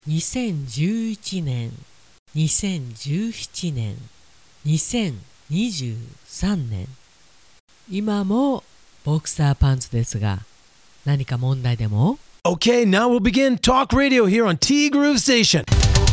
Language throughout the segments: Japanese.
2011年、2017年、2023年、今もボクサーパンツですが、何か問題でも？ Okay, now we'll begin Talk Radio here on T Groove Station.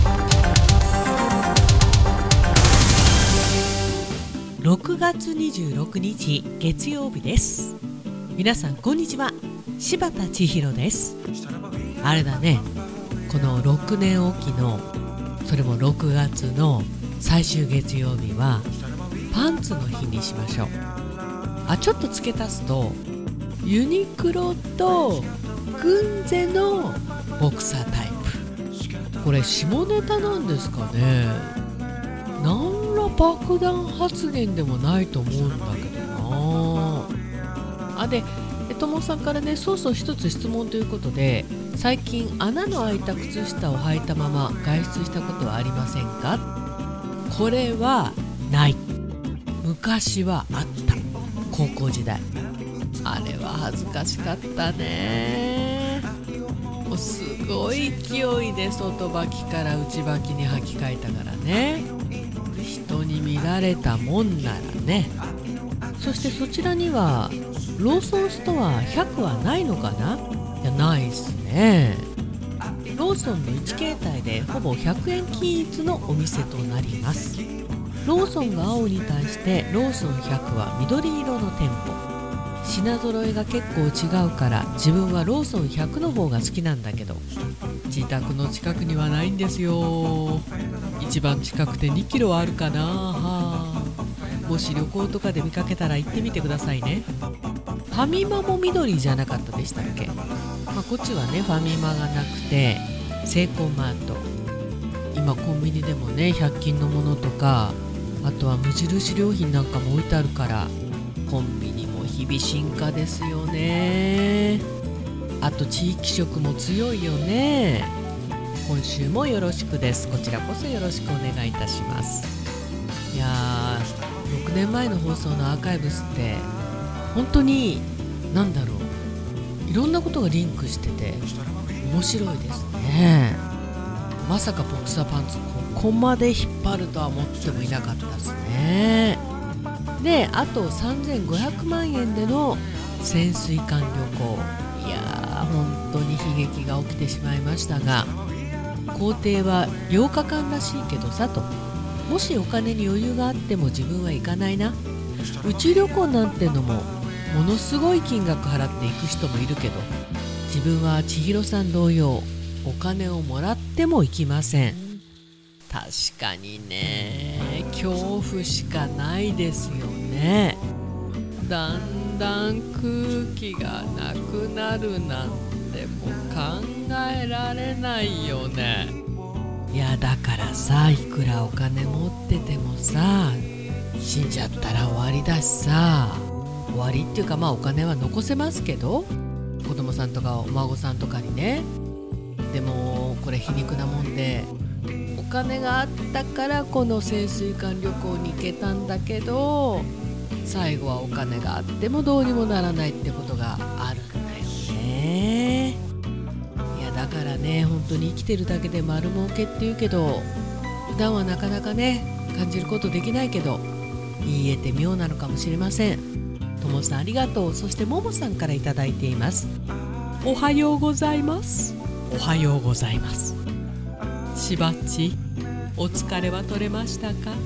6月26日月曜日です。皆さんこんにちは。柴田千尋です。あれだね、この6年おきの、それも6月の最終月曜日はパンツの日にしましょう。ちょっと付け足すと、ユニクロとグンゼのボクサータイプ。これ下ネタなんですかね。何ら爆弾発言でもないと思うんだけどな。で、ともさんからね、そうそう一つ質問ということで、最近穴の開いた靴下を履いたまま外出したことはありませんか？これはない。昔はあった。高校時代。あれは恥ずかしかったね。もうすごい勢いで外履きから内履きに履き替えたからね。人に見られたもんならね。そしてそちらにはローソンストア100はないのかな？いや、ないっすね。ローソンの1形態でほぼ100円均一のお店となります。ローソンが青に対してローソン100は緑色の店舗。品揃えが結構違うから自分はローソン100の方が好きなんだけど、自宅の近くにはないんですよ。一番近くて2キロあるかな。もし旅行とかで見かけたら行ってみてくださいね。ファミマも緑じゃなかったでしたっけ？こっちはね、ファミマがなくてセイコーマート。今コンビニでもね、100均のものとか、あとは無印良品なんかも置いてあるから、コンビニも日々進化ですよね。あと地域色も強いよね。今週もよろしくです。こちらこそよろしくお願いいたします。いやー、6年前の放送のアーカイブスって本当になんだろう、いろんなことがリンクしてて面白いですね。まさかボクサーパンツここまで引っ張るとは思ってもいなかったですね。で、あと3500万円での潜水艦旅行。いやー、本当に悲劇が起きてしまいましたが、行程は8日間らしいけどさと、もしお金に余裕があっても自分は行かないな。宇宙旅行なんてのもものすごい金額払って行く人もいるけど、自分は千尋さん同様お金をもらっても行きません。確かにね、恐怖しかないですよね。だんだん空気がなくなるなんてもう考えられないよね。いや、だからさ、いくらお金持っててもさ、死んじゃったら終わりだしさ、終わりっていうか、お金は残せますけど、子供さんとかお孫さんとかにね。でもこれ皮肉なもんで、お金があったからこの潜水艦旅行に行けたんだけど、最後はお金があってもどうにもならないってことがあるんだよね。いや、だからね、本当に生きてるだけで丸儲けって言うけど、普段はなかなかね感じることできないけど、言えて妙なのかもしれません。ともさんありがとう。そしてももさんからいただいています。おはようございます。おはようございます。しばっち、お疲れは取れましたか？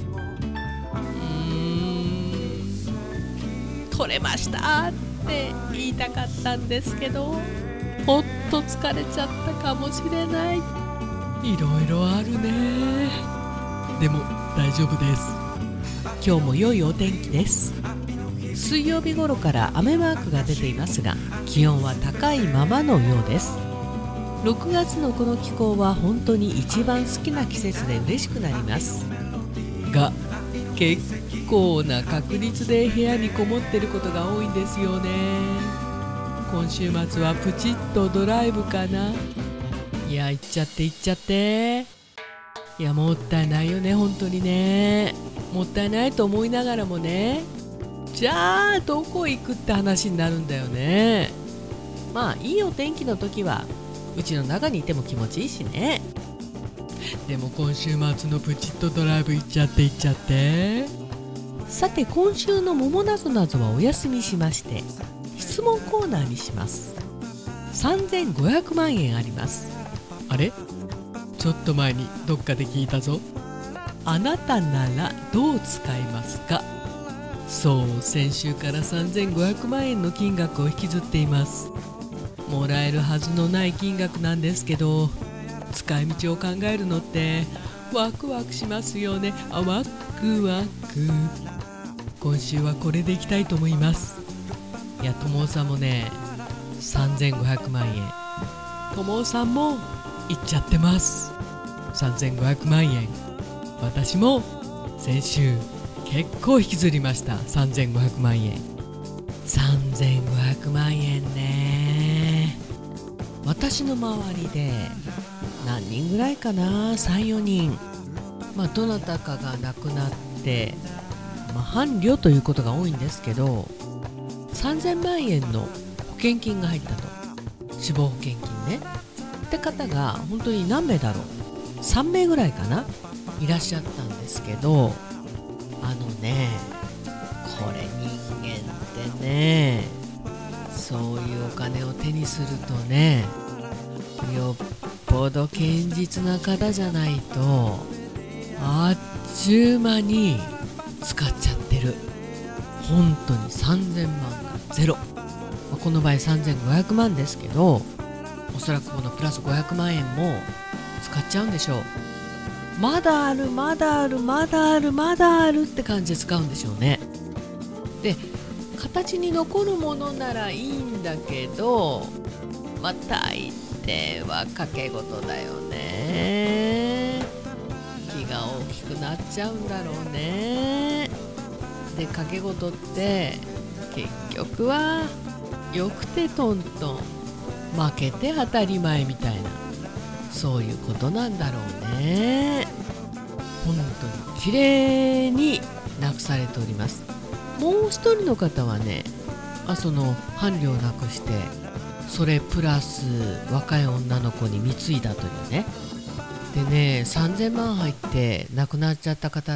取れましたって言いたかったんですけど、ほっと疲れちゃったかもしれない。いろいろあるね。でも大丈夫です。今日も良いお天気です。水曜日頃から雨マークが出ていますが、気温は高いままのようです。6月のこの気候は本当に一番好きな季節で嬉しくなりますが、結構な確率で部屋にこもってることが多いんですよね。今週末はプチッとドライブかな。いや、行っちゃって行っちゃって。いや、もったいないよね、本当にね。もったいないと思いながらもね、じゃあどこ行くって話になるんだよね。いいお天気の時はうちの中にいても気持ちいいしね。 でも今週末のプチッとドライブ行っちゃって。さて今週の桃なぞなぞはお休みしまして、質問コーナーにします。3500万円あります。あれ、ちょっと前にどっかで聞いたぞ。あなたならどう使いますか？そう、先週から3500万円の金額を引きずっています。もらえるはずのない金額なんですけど、使い道を考えるのってワクワクしますよね。ワクワク。今週はこれでいきたいと思います。いや、ともおさんもね、3500万円。ともおさんもいっちゃってます。3500万円。私も先週結構引きずりました。3500万円。3500万円ね。私の周りで何人ぐらいかな、3、4人、どなたかが亡くなって、伴侶ということが多いんですけど、3000万円の保険金が入ったと。死亡保険金ね。って方が本当に何名だろう、3名ぐらいかな、いらっしゃったんですけど、これ人間ってね、そういうお金を手にするとね、よっぽど堅実な方じゃないとあっちゅう間に使っちゃってる。本当に3000万がゼロ、この場合3500万ですけど、おそらくこのプラス500万円も使っちゃうんでしょう。まだあるって感じで使うんでしょうね。で、形に残るものならいいんだけど、大抵は賭け事だよね。気が大きくなっちゃうんだろうね。で、賭け事って結局はよくてトントン、負けて当たり前みたいな、そういうことなんだろうね。本当に綺麗になくされております。もう一人の方はね、その伴侶を亡くして、それプラス若い女の子に貢いだというね。でね、3000万入って亡くなっちゃった方って、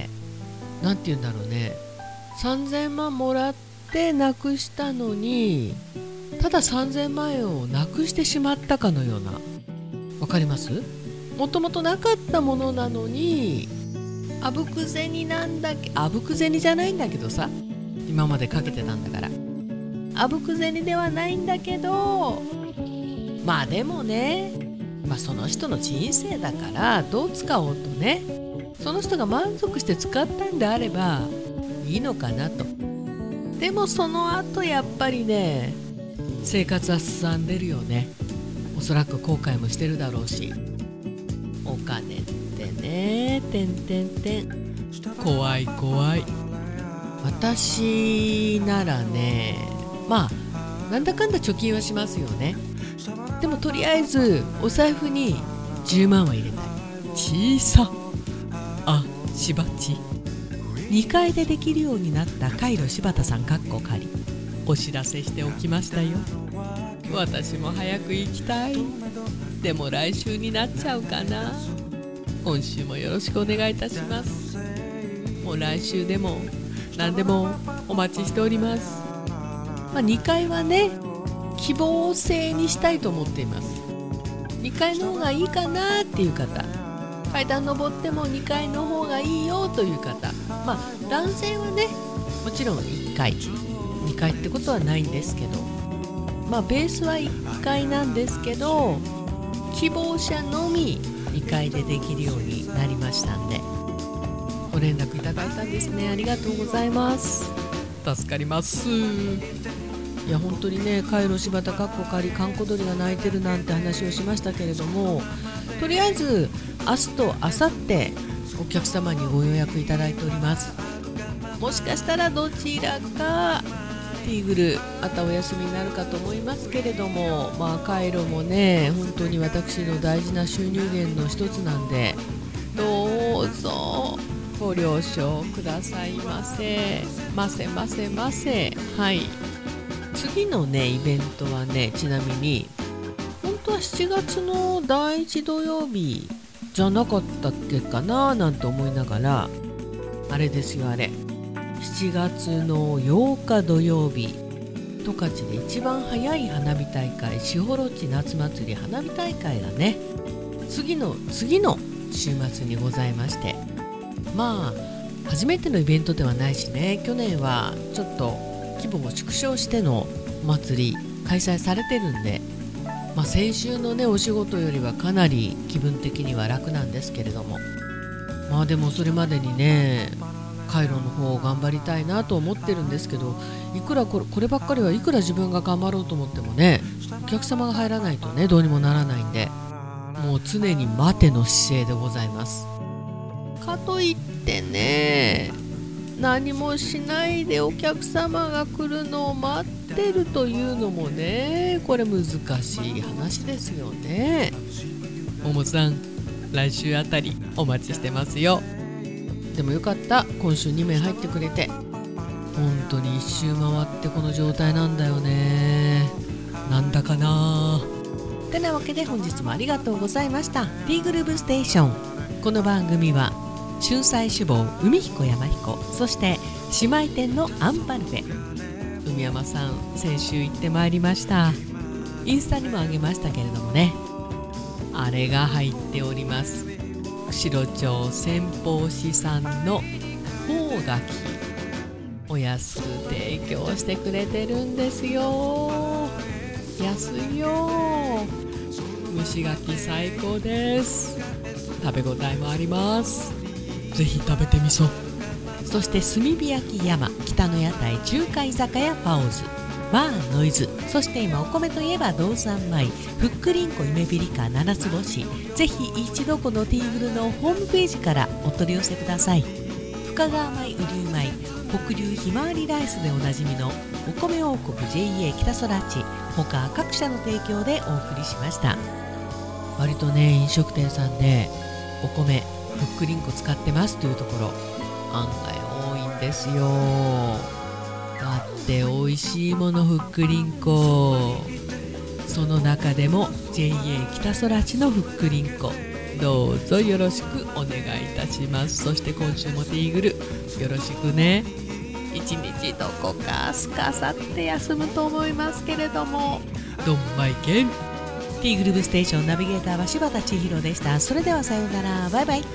なんて言うんだろうね、3000万もらって亡くしたのに、ただ3000万円をなくしてしまったかのような。わかります？もともとなかったものなのに、あぶく銭なんだけど、あぶく銭じゃないんだけどさ、今までかけてたんだから、あぶく銭ではないんだけど、でもね、その人の人生だからどう使おうとね、その人が満足して使ったんであればいいのかなと。でもその後やっぱりね、生活はすさんでるよね。おそらく後悔もしてるだろうし、お金ってね、怖い。私ならね、なんだかんだ貯金はしますよね。でもとりあえずお財布に10万は入れたい。小さしばち。2階でできるようになったカイロ柴田さん借り、お知らせしておきましたよ。私も早く行きたい。でも来週になっちゃうかな。今週もよろしくお願いいたします。もう来週でも何でもお待ちしております。2階はね、希望制にしたいと思っています。2階の方がいいかなっていう方、階段登っても2階の方がいいよという方、男性はね、もちろん1階2階ってことはないんですけど、ベースは1階なんですけど、希望者のみ2階でできるようになりましたんで、ご連絡いただいたんですね。ありがとうございます。助かります。いや本当にね、カイロ柴田借り、かんこ鳥が鳴いてるなんて話をしましたけれども、とりあえず明日と明後日お客様にご予約いただいております。もしかしたらどちらかティーグルまたお休みになるかと思いますけれども、カイロもね、本当に私の大事な収入源の一つなんで、どうぞご了承くださいませ。はい。次のねイベントはね、ちなみに本当は7月の第1土曜日じゃなかったっけかななんて思いながら、あれですよ、あれ7月の8日土曜日、十勝で一番早い花火大会、士幌地夏祭り花火大会がね、次の週末にございまして、まあ初めてのイベントではないしね、去年はちょっと規模を縮小してのお祭り開催されてるんで、先週のねお仕事よりはかなり気分的には楽なんですけれども、でもそれまでにね回路の方を頑張りたいなと思ってるんですけど、いくらこればっかりはいくら自分が頑張ろうと思ってもね、お客様が入らないとねどうにもならないんで、もう常に待ての姿勢でございます。かといってね、何もしないでお客様が来るのを待ってるというのもね、これ難しい話ですよね。ももさん、来週あたりお待ちしてますよ。でもよかった、今週2名入ってくれて。本当に一周回ってこの状態なんだよね。なんだかな。てなわけで本日もありがとうございました。 T グルーヴステーション。この番組は春菜志望海彦山彦、そして姉妹店のアンパルフェ。海山さん、先週行ってまいりました。インスタにもあげましたけれどもね、あれが入っております。釧路町先鋒市産のほうがき、お安く提供してくれてるんですよ。安いよ。蒸し柿最高です。食べ応えもあります。ぜひ食べてみそう。そして炭火焼き山、北の屋台中華居酒屋パオズ、バーノイズ、そして今お米といえば道産米、ふっくりんこ夢ビリカ七つ星。ぜひ一度このティーグルのホームページからお取り寄せください。深川米、雨竜米、北流ひまわりライスでおなじみのお米王国 JA 北空地、他各社の提供でお送りしました。割とね飲食店さんでお米ふっくりんこ使ってますというところ案外多いんですよ。だって美味しいものふっくりんこ。その中でも JA 北空地のふっくりんこ、どうぞよろしくお願いいたします。そして今週もティーグルよろしくね。一日どこかすかさって休むと思いますけれども、どんまいけん。ティーグルーヴステーションナビゲーターは柴田千尋でした。それではさようなら、バイバイ。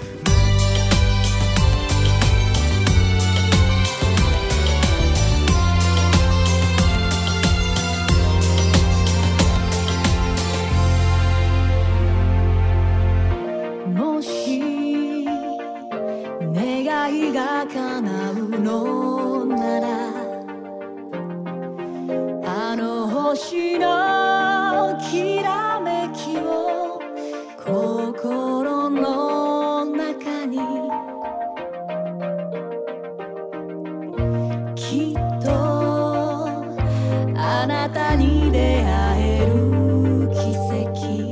もし願いが叶うのなら、あの星のきらめきを心の中に、きっとあなたに出会える奇跡、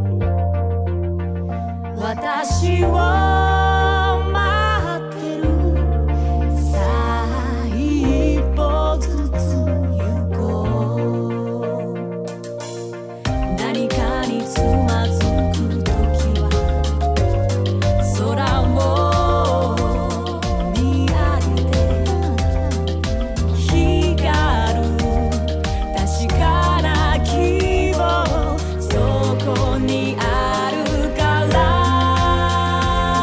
私を待ってる。さあ一歩ずつ行こう。何かにつまずくときは空を見上げて、光る確かな希望、そこにあるから。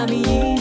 闇